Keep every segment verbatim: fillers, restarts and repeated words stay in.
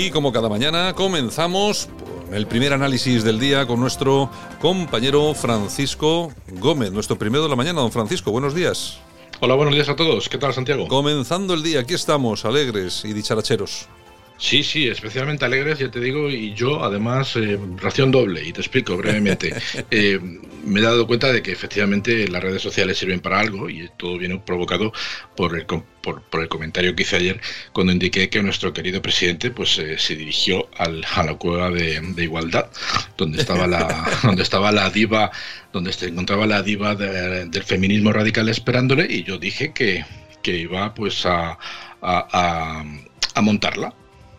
Y como cada mañana comenzamos con el primer análisis del día con nuestro compañero Francisco Gómez, nuestro primero de la mañana. Don Francisco, buenos días. Hola, buenos días a todos. ¿Qué tal, Santiago? Comenzando el día, aquí estamos, alegres y dicharacheros. Sí, sí, especialmente alegres, ya te digo, y yo además eh, ración doble, y te explico brevemente. eh, me he dado cuenta de que efectivamente las redes sociales sirven para algo y todo viene provocado por el, por, por el comentario que hice ayer cuando indiqué que nuestro querido presidente pues eh, se dirigió al, a la cueva de, de Igualdad, donde estaba la donde estaba la diva, donde se encontraba la diva de, del feminismo radical esperándole, y yo dije que, que iba pues a, a, a, a montarla.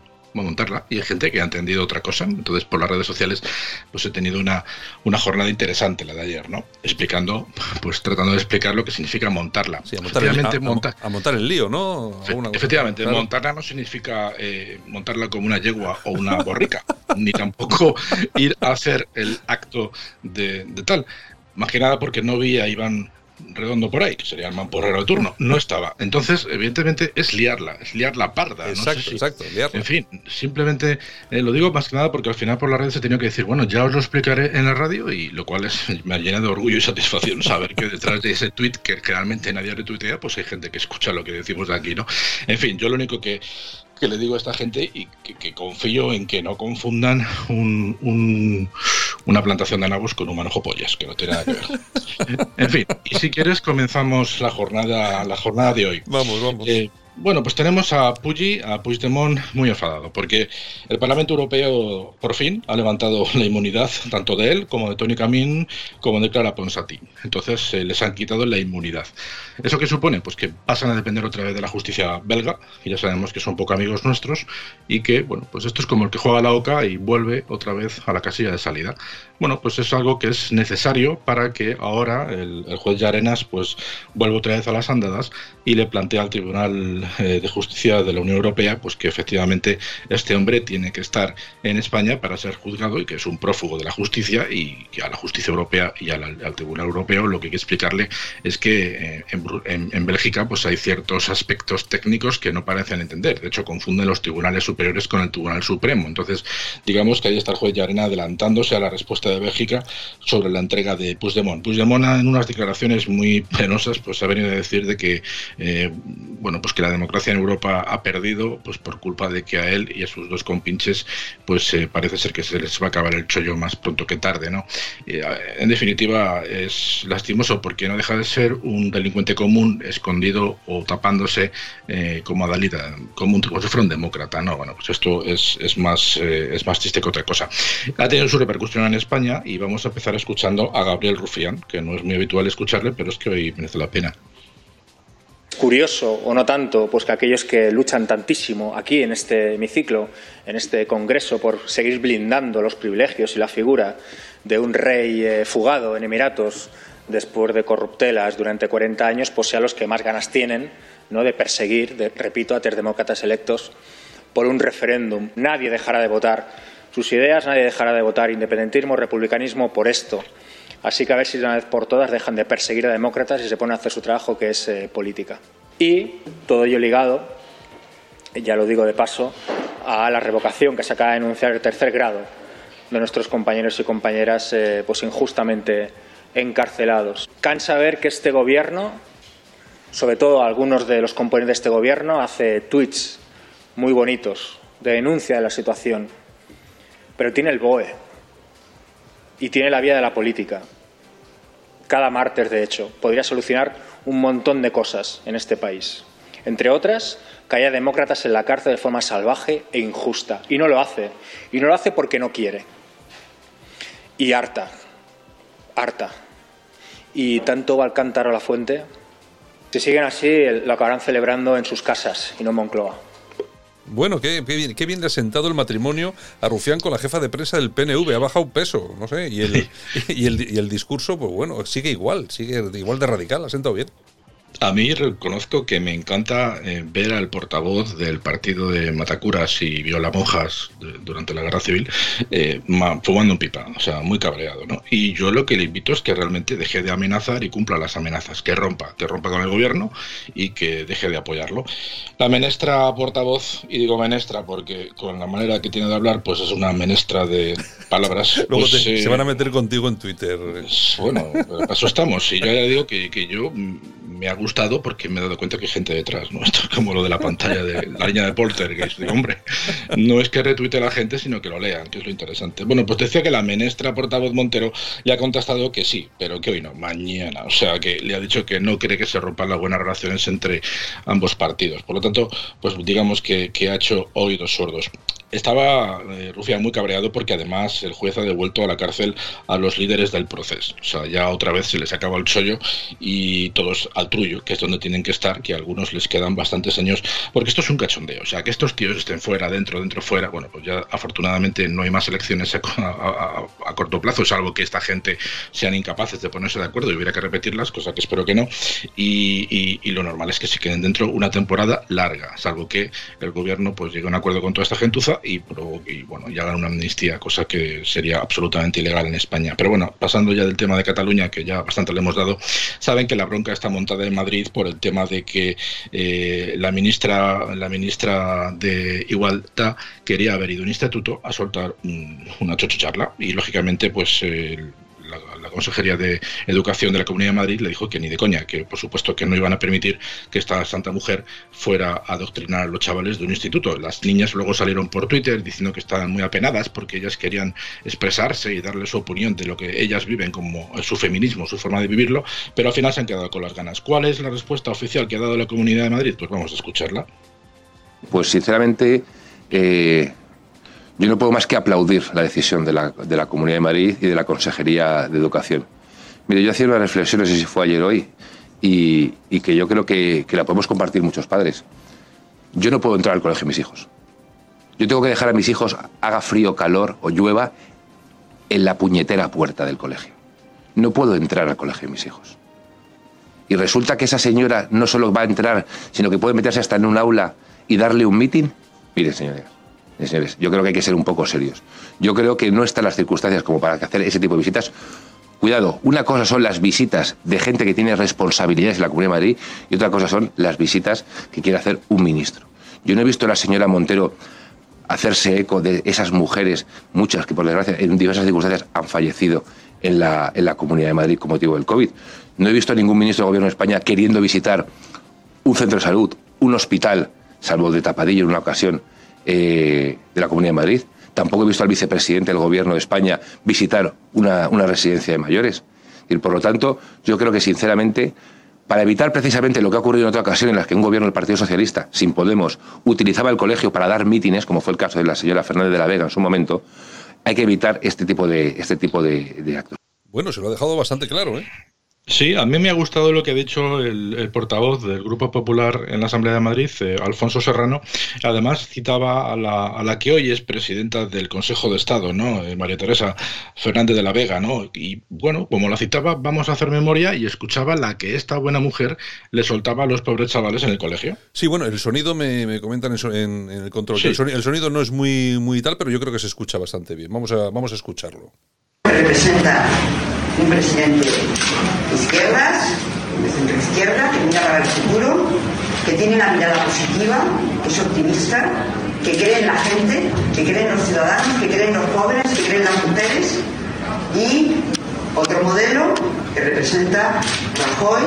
a montarla, y hay gente que ha entendido otra cosa. Entonces por las redes sociales pues he tenido una, una jornada interesante, la de ayer, ¿no? Explicando, pues tratando de explicar lo que significa montarla. Sí, a montar, el, a, monta, a montar el lío, ¿no? Fe, efectivamente, claro. Montarla no significa eh, montarla como una yegua o una borrica, ni tampoco ir a hacer el acto de, de tal. Más que nada porque no vi a Iván Redondo por ahí, que sería el mamporrero de turno, no estaba. Entonces, evidentemente, es liarla, es liarla parda. Exacto, no sé si, exacto, liarla. En fin, simplemente eh, lo digo más que nada porque al final por la red se tenía que decir, bueno, ya os lo explicaré en la radio, y lo cual es, me llena de orgullo y satisfacción saber que detrás de ese tuit, que realmente nadie retuitea, pues hay gente que escucha lo que decimos de aquí, ¿no? En fin, yo lo único que que le digo a esta gente, y que, que confío en que no confundan un, un, una plantación de nabos con un manojo pollas, que no tiene nada que ver. En fin, y si quieres comenzamos la jornada la jornada de hoy. Vamos, vamos. Eh, Bueno, pues tenemos a Puigdemont, a Puigdemont muy enfadado, porque el Parlamento Europeo por fin ha levantado la inmunidad tanto de él como de Toni Camín como de Clara Ponsatí. Entonces eh, les han quitado la inmunidad. ¿Eso qué supone? Pues que pasan a depender otra vez de la justicia belga, que ya sabemos que son poco amigos nuestros, y que, bueno, pues esto es como el que juega la oca y vuelve otra vez a la casilla de salida. Bueno, pues es algo que es necesario para que ahora el, el juez Llarena pues vuelva otra vez a las andadas y le plantea al Tribunal de Justicia de la Unión Europea pues que efectivamente este hombre tiene que estar en España para ser juzgado, y que es un prófugo de la justicia, y que a la justicia europea y al, al Tribunal Europeo lo que hay que explicarle es que eh, en, en, en Bélgica pues hay ciertos aspectos técnicos que no parecen entender. De hecho, confunden los tribunales superiores con el Tribunal Supremo. Entonces, digamos que ahí está el juez Llarena adelantándose a la respuesta de Bélgica sobre la entrega de Puigdemont. Puigdemont, en unas declaraciones muy penosas, pues ha venido a decir de que eh, bueno, pues que la democracia en Europa ha perdido pues por culpa de que a él y a sus dos compinches pues eh, parece ser que se les va a acabar el chollo más pronto que tarde, ¿no? Eh, en definitiva, es lastimoso porque no deja de ser un delincuente común escondido o tapándose eh, como adalida, como, un, como si fuera un demócrata, ¿no? Bueno, pues esto es, es, más, eh, es más triste que otra cosa. Ha tenido su repercusión en España, y vamos a empezar escuchando a Gabriel Rufián, que no es muy habitual escucharle, pero es que hoy merece la pena. Curioso, o no tanto, pues que aquellos que luchan tantísimo aquí en este hemiciclo, en este congreso, por seguir blindando los privilegios y la figura de un rey eh, fugado en Emiratos después de corruptelas durante cuarenta años, pues sean los que más ganas tienen, ¿no?, de perseguir, de, repito, a tres demócratas electos por un referéndum. Nadie dejará de votar sus ideas, nadie dejará de votar independentismo, republicanismo por esto. Así que a ver si de una vez por todas dejan de perseguir a demócratas y se ponen a hacer su trabajo, que es eh, política. Y todo ello ligado, ya lo digo de paso, a la revocación que se acaba de anunciar el tercer grado de nuestros compañeros y compañeras eh, pues injustamente encarcelados. Cansa ver que este gobierno, sobre todo algunos de los componentes de este gobierno, hace tuits muy bonitos de denuncia de la situación, pero tiene el B O E y tiene la vía de la política. Cada martes, de hecho, podría solucionar un montón de cosas en este país. Entre otras, que haya demócratas en la cárcel de forma salvaje e injusta. Y no lo hace. Y no lo hace porque no quiere. Y harta. Harta. Y tanto va el cántaro a la fuente. Si siguen así, lo acabarán celebrando en sus casas y no en Moncloa. Bueno, qué, qué, bien, qué bien le ha sentado el matrimonio a Rufián con la jefa de prensa del P N V. Ha bajado peso, no sé, y el, y el, y el discurso, pues bueno, sigue igual, sigue igual de radical, ha sentado bien. A mí reconozco que me encanta eh, ver al portavoz del partido de Matacuras y Violamonjas de, durante la Guerra Civil eh, ma, fumando un pipa, o sea, muy cabreado, ¿no? Y yo lo que le invito es que realmente deje de amenazar y cumpla las amenazas, que rompa, que rompa con el gobierno y que deje de apoyarlo. La menestra portavoz, y digo menestra porque con la manera que tiene de hablar, pues es una menestra de palabras. Luego pues, te, eh, se van a meter contigo en Twitter. Pues, bueno, para eso estamos. Y yo ya digo que, que yo me ha gustado porque me he dado cuenta que hay gente detrás, ¿no? Esto es como lo de la pantalla de la línea de Poltergeist. Digo, hombre, no es que retuite a la gente, sino que lo lean, que es lo interesante. Bueno, pues decía que la menestra portavoz Montero le ha contestado que sí, pero que hoy no, mañana. O sea, que le ha dicho que no cree que se rompan las buenas relaciones entre ambos partidos. Por lo tanto, pues digamos que, que ha hecho oídos sordos. Estaba eh, Rufián muy cabreado porque además el juez ha devuelto a la cárcel a los líderes del proceso. O sea, ya otra vez se les acaba el chollo y todos al trullo, que es donde tienen que estar, que a algunos les quedan bastantes años, porque esto es un cachondeo. O sea, que estos tíos estén fuera, dentro, dentro, fuera. Bueno, pues ya afortunadamente no hay más elecciones a, a, a, a corto plazo, salvo que esta gente sean incapaces de ponerse de acuerdo y hubiera que repetirlas, cosa que espero que no. Y, y, y lo normal es que se queden dentro una temporada larga, salvo que el gobierno pues llegue a un acuerdo con toda esta gentuza Y, y bueno, ya hagan una amnistía, cosa que sería absolutamente ilegal en España. Pero bueno, pasando ya del tema de Cataluña, que ya bastante le hemos dado, saben que la bronca está montada en Madrid por el tema de que eh, la ministra la ministra de Igualdad quería haber ido a un instituto a soltar un, una chochocharla y lógicamente pues eh, La, la Consejería de Educación de la Comunidad de Madrid le dijo que ni de coña, que por supuesto que no iban a permitir que esta santa mujer fuera a adoctrinar a los chavales de un instituto. Las niñas luego salieron por Twitter diciendo que estaban muy apenadas porque ellas querían expresarse y darle su opinión de lo que ellas viven como su feminismo, su forma de vivirlo, pero al final se han quedado con las ganas. ¿Cuál es la respuesta oficial que ha dado la Comunidad de Madrid? Pues vamos a escucharla. Pues sinceramente... Eh... Yo no puedo más que aplaudir la decisión de la, de la Comunidad de Madrid y de la Consejería de Educación. Mire, yo hacía una reflexión, no sé si fue ayer o hoy, y, y que yo creo que, que la podemos compartir muchos padres. Yo no puedo entrar al colegio de mis hijos. Yo tengo que dejar a mis hijos, haga frío, calor o llueva, en la puñetera puerta del colegio. No puedo entrar al colegio de mis hijos. Y resulta que esa señora no solo va a entrar, sino que puede meterse hasta en un aula y darle un mitin. Miren, señores. Señores, yo creo que hay que ser un poco serios. Yo creo que no están las circunstancias como para hacer ese tipo de visitas. Cuidado, una cosa son las visitas de gente que tiene responsabilidades en la Comunidad de Madrid y otra cosa son las visitas que quiere hacer un ministro. Yo no he visto a la señora Montero hacerse eco de esas mujeres, muchas que por desgracia en diversas circunstancias han fallecido en la, en la Comunidad de Madrid con motivo del COVID. No he visto a ningún ministro del Gobierno de España queriendo visitar un centro de salud, un hospital, salvo de tapadillo en una ocasión, Eh, de la Comunidad de Madrid. Tampoco he visto al vicepresidente del Gobierno de España visitar una, una residencia de mayores. Y por lo tanto, yo creo que sinceramente, para evitar precisamente lo que ha ocurrido en otra ocasión en las que un gobierno del Partido Socialista, sin Podemos, utilizaba el colegio para dar mítines, como fue el caso de la señora Fernández de la Vega en su momento, hay que evitar este tipo de, este tipo de, de actos. Bueno, se lo ha dejado bastante claro, ¿eh? Sí, a mí me ha gustado lo que ha dicho el, el portavoz del Grupo Popular en la Asamblea de Madrid, eh, Alfonso Serrano. Además citaba a la, a la que hoy es presidenta del Consejo de Estado, ¿no? Eh, María Teresa Fernández de la Vega, ¿no? Y bueno, como la citaba, vamos a hacer memoria y escuchaba la que esta buena mujer le soltaba a los pobres chavales en el colegio. Sí, bueno, el sonido me, me comentan en, en, en el control. Sí. El, sonido, el sonido no es muy, muy tal, pero yo creo que se escucha bastante bien. Vamos a, vamos a escucharlo. Representa un presidente de izquierdas, de centro izquierda, que mira para el futuro, que tiene una mirada positiva, que es optimista, que cree en la gente, que cree en los ciudadanos, que cree en los jóvenes, que cree en las mujeres. Y otro modelo que representa Rajoy,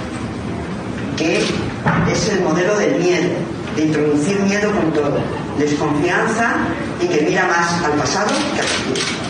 que es el modelo del miedo, de introducir miedo con todo, desconfianza y que mira más al pasado que al futuro.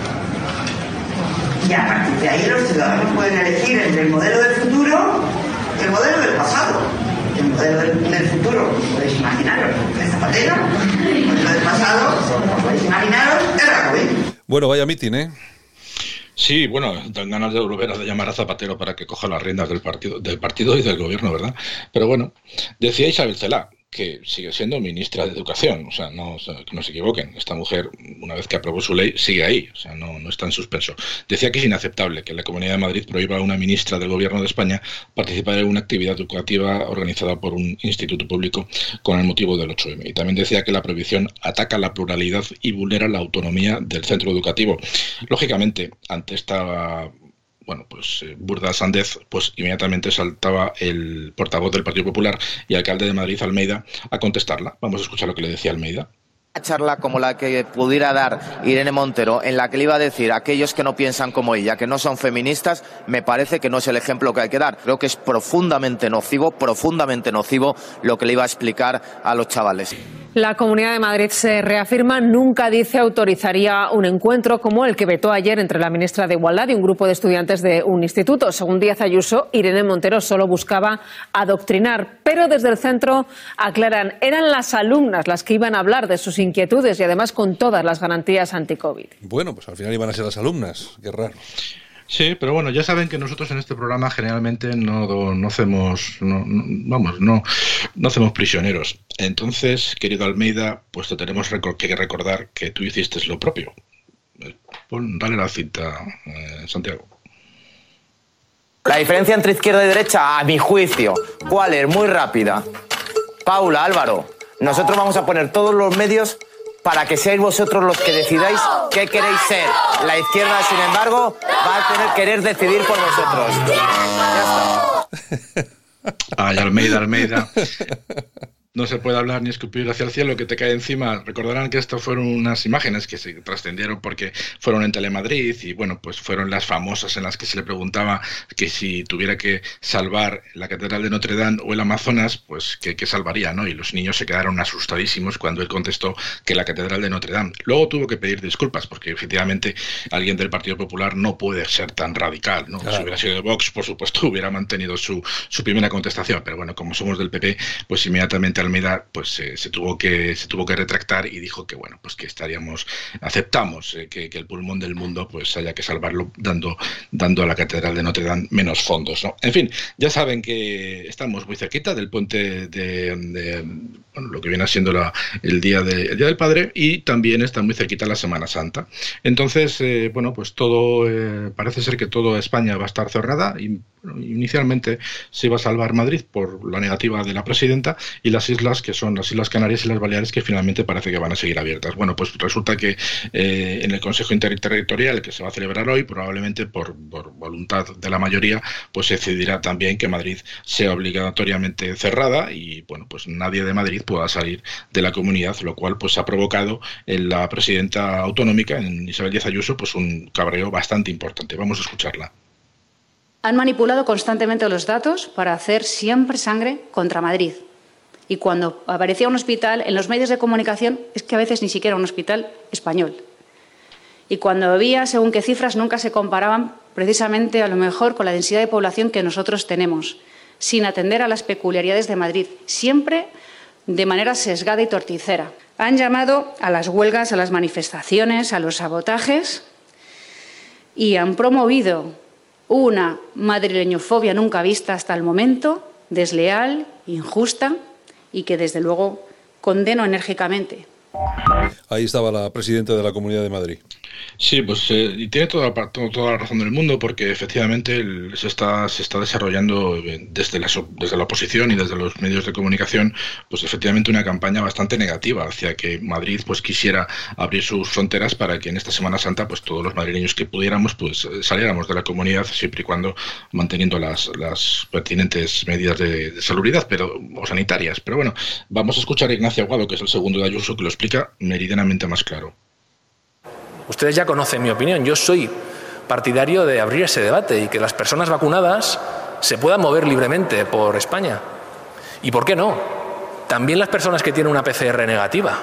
Y a partir de ahí los ciudadanos pueden elegir entre el modelo del futuro y el modelo del pasado. El modelo del, del futuro, podéis imaginaros, es Zapatero. El modelo del pasado, podéis imaginaros, es Rajoy. Bueno, vaya mitin, ¿eh? Sí, bueno, dan ganas de volver a llamar a Zapatero para que coja las riendas del partido, del partido y del gobierno, ¿verdad? Pero bueno, decía Isabel Celaá que sigue siendo ministra de Educación. O sea, no, o sea, que no se equivoquen. Esta mujer, una vez que aprobó su ley, sigue ahí. O sea, no, no está en suspenso. Decía que es inaceptable que la Comunidad de Madrid prohíba a una ministra del Gobierno de España participar en una actividad educativa organizada por un instituto público con el motivo del ocho eme. Y también decía que la prohibición ataca la pluralidad y vulnera la autonomía del centro educativo. Lógicamente, ante esta bueno, pues eh, burda sandez, pues inmediatamente saltaba el portavoz del Partido Popular y alcalde de Madrid, Almeida, a contestarla. Vamos a escuchar lo que le decía Almeida. Una charla como la que pudiera dar Irene Montero, en la que le iba a decir a aquellos que no piensan como ella, que no son feministas, me parece que no es el ejemplo que hay que dar. Creo que es profundamente nocivo, profundamente nocivo lo que le iba a explicar a los chavales. La Comunidad de Madrid se reafirma, nunca dice autorizaría un encuentro como el que vetó ayer entre la ministra de Igualdad y un grupo de estudiantes de un instituto. Según Díaz Ayuso, Irene Montero solo buscaba adoctrinar, pero desde el centro aclaran, eran las alumnas las que iban a hablar de sus inquietudes y además con todas las garantías anti-COVID. Bueno, pues al final iban a ser las alumnas, qué raro. Sí, pero bueno, ya saben que nosotros en este programa generalmente no, no hacemos, no, no, vamos, no, no hacemos prisioneros. Entonces, querido Almeida, pues te tenemos que recordar que tú hiciste lo propio. Pon, dale la cinta, eh, Santiago. La diferencia entre izquierda y derecha, a mi juicio, ¿cuál es? Muy rápida. Paula, Álvaro, nosotros vamos a poner todos los medios para que seáis vosotros los que decidáis qué queréis ser. La izquierda, sin embargo, va a tener querer decidir por vosotros. Ya está. Ay, Almeida, Almeida. No se puede hablar ni escupir hacia el cielo que te cae encima. Recordarán que esto fueron unas imágenes que se trascendieron porque fueron en Telemadrid y bueno, pues fueron las famosas en las que se le preguntaba que si tuviera que salvar la Catedral de Notre Dame o el Amazonas, pues que, que salvaría, ¿no? Y los niños se quedaron asustadísimos cuando él contestó que la Catedral de Notre Dame. Luego tuvo que pedir disculpas porque efectivamente alguien del Partido Popular no puede ser tan radical, ¿no? Claro. Si hubiera sido de Vox, por supuesto, hubiera mantenido su, su primera contestación, pero bueno, como somos del P P, pues inmediatamente Almeida pues eh, se tuvo que se tuvo que retractar y dijo que bueno, pues que estaríamos aceptamos eh, que, que el pulmón del mundo pues haya que salvarlo dando dando a la Catedral de Notre Dame menos fondos, ¿no? En fin, ya saben que estamos muy cerquita del puente de, de bueno, lo que viene siendo la, el día de, el día del Padre, y también está muy cerquita la Semana Santa. Entonces, eh, bueno, pues todo eh, parece ser que toda España va a estar cerrada y bueno, inicialmente se iba a salvar Madrid por la negativa de la presidenta y las islas, que son las Islas Canarias y las Baleares, que finalmente parece que van a seguir abiertas. Bueno, pues resulta que eh, en el Consejo Interterritorial que se va a celebrar hoy, probablemente por, por voluntad de la mayoría, pues se decidirá también que Madrid sea obligatoriamente cerrada y bueno, pues nadie de Madrid pueda salir de la comunidad, lo cual pues ha provocado en la presidenta autonómica, en Isabel Díaz Ayuso, pues un cabreo bastante importante. Vamos a escucharla. Han manipulado constantemente los datos para hacer siempre sangre contra Madrid. Y cuando aparecía un hospital, en los medios de comunicación, es que a veces ni siquiera un hospital español. Y cuando había, según qué cifras, nunca se comparaban precisamente a lo mejor con la densidad de población que nosotros tenemos, sin atender a las peculiaridades de Madrid, siempre de manera sesgada y torticera. Han llamado a las huelgas, a las manifestaciones, a los sabotajes y han promovido una madrileñofobia nunca vista hasta el momento, desleal, injusta y que desde luego condeno enérgicamente. Ahí estaba la presidenta de la Comunidad de Madrid. Sí, pues eh, y tiene toda, toda, toda la razón del mundo, porque efectivamente el, se está se está desarrollando desde la, desde la oposición y desde los medios de comunicación, pues efectivamente una campaña bastante negativa hacia que Madrid pues quisiera abrir sus fronteras para que en esta Semana Santa pues todos los madrileños que pudiéramos pues saliéramos de la comunidad, siempre y cuando manteniendo las, las pertinentes medidas de, de salubridad pero, o sanitarias. Pero bueno, vamos a escuchar a Ignacio Aguado, que es el segundo de Ayuso, que lo explica meridianamente más claro. Ustedes ya conocen mi opinión. Yo soy partidario de abrir ese debate y que las personas vacunadas se puedan mover libremente por España. ¿Y por qué no? También las personas que tienen una P C R negativa.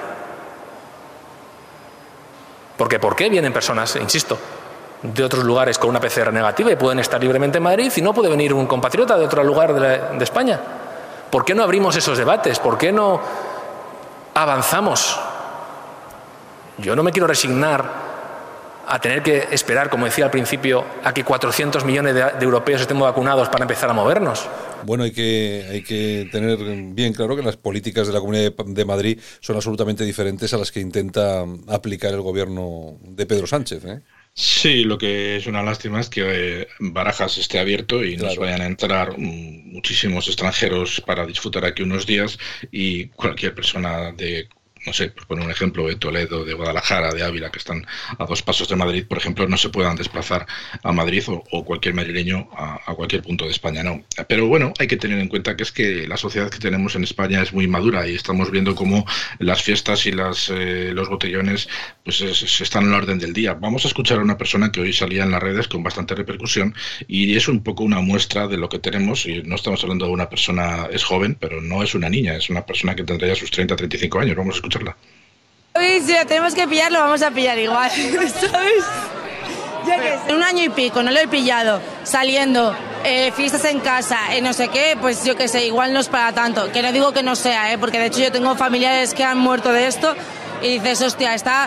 Porque ¿por qué vienen personas, insisto, de otros lugares con una P C R negativa y pueden estar libremente en Madrid y no puede venir un compatriota de otro lugar de, la, de España? ¿Por qué no abrimos esos debates? ¿Por qué no avanzamos? Yo no me quiero resignar a tener que esperar, como decía al principio, a que cuatrocientos millones de, de europeos estén vacunados para empezar a movernos. Bueno, hay que, hay que tener bien claro que las políticas de la Comunidad de, de Madrid son absolutamente diferentes a las que intenta aplicar el gobierno de Pedro Sánchez, ¿eh? Sí, lo que es una lástima es que eh, Barajas esté abierto y claro. nos vayan a entrar um, muchísimos extranjeros para disfrutar aquí unos días y cualquier persona de... no sé, por poner un ejemplo, de Toledo, de Guadalajara, de Ávila, que están a dos pasos de Madrid, por ejemplo, no se puedan desplazar a Madrid o, o cualquier madrileño a, a cualquier punto de España, no. Pero bueno, hay que tener en cuenta que es que la sociedad que tenemos en España es muy madura y estamos viendo cómo las fiestas y las eh, los botellones pues es, es, están en la orden del día. Vamos a escuchar a una persona que hoy salía en las redes con bastante repercusión y es un poco una muestra de lo que tenemos, y no estamos hablando de una persona, es joven, pero no es una niña, es una persona que tendría ya sus treinta, treinta y cinco años. Vamos a escuchar. Hoy si lo tenemos que pillar, lo vamos a pillar igual, ¿sabes? Ya que en un año y pico no lo he pillado, saliendo, eh, fiestas en casa, eh, no sé qué, pues yo qué sé, igual no es para tanto. Que no digo que no sea, eh, porque de hecho yo tengo familiares que han muerto de esto y dices, hostia, está...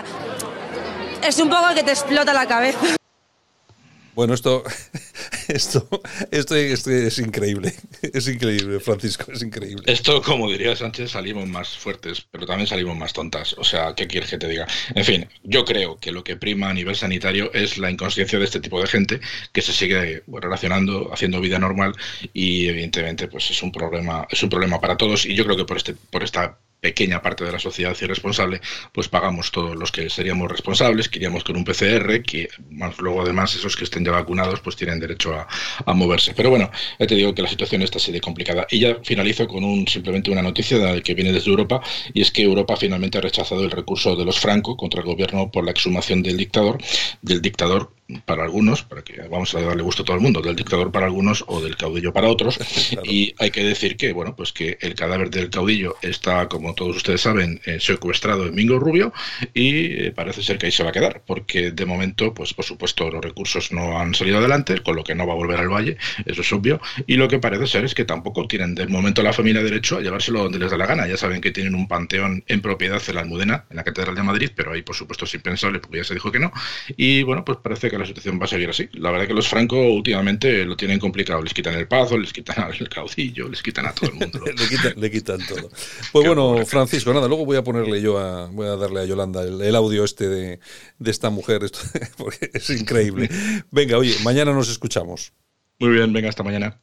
es un poco que te explota la cabeza. Bueno, esto, esto, esto, esto es increíble, es increíble, Francisco, es increíble. Esto, como diría Sánchez, salimos más fuertes, pero también salimos más tontas. O sea, ¿qué quieres que te diga? En fin, yo creo que lo que prima a nivel sanitario es la inconsciencia de este tipo de gente que se sigue bueno, relacionando, haciendo vida normal y evidentemente, pues es un problema, es un problema para todos. Y yo creo que por este, por esta pequeña parte de la sociedad irresponsable, pues pagamos todos los que seríamos responsables, que iríamos con un P C R, que más luego además esos que estén ya vacunados pues tienen derecho a, a moverse. Pero bueno, ya te digo que la situación está así de complicada. Y ya finalizo con un simplemente una noticia de, que viene desde Europa, y es que Europa finalmente ha rechazado el recurso de los Franco contra el gobierno por la exhumación del dictador, del dictador para algunos, para que vamos a darle gusto a todo el mundo, del dictador para algunos o del caudillo para otros. Claro. Y hay que decir que, bueno, pues que el cadáver del caudillo está, como todos ustedes saben, eh, secuestrado en Mingo Rubio y eh, parece ser que ahí se va a quedar, porque de momento, pues por supuesto, los recursos no han salido adelante, con lo que no va a volver al Valle, eso es obvio, y lo que parece ser es que tampoco tienen de momento la familia derecho a llevárselo donde les da la gana. Ya saben que tienen un panteón en propiedad en la Almudena, en la Catedral de Madrid, pero ahí por supuesto es impensable porque ya se dijo que no, y bueno, pues parece que la situación va a seguir así. La verdad que los Franco últimamente lo tienen complicado, les quitan el Pazo, les quitan al caudillo, les quitan a todo el mundo. le, quitan, le quitan todo. Pues Qué bueno, Francisco, nada, luego voy a ponerle yo a, voy a darle a Yolanda el, el audio este de, de esta mujer, esto, porque es increíble. Venga, oye, mañana nos escuchamos. Muy bien, venga, hasta mañana.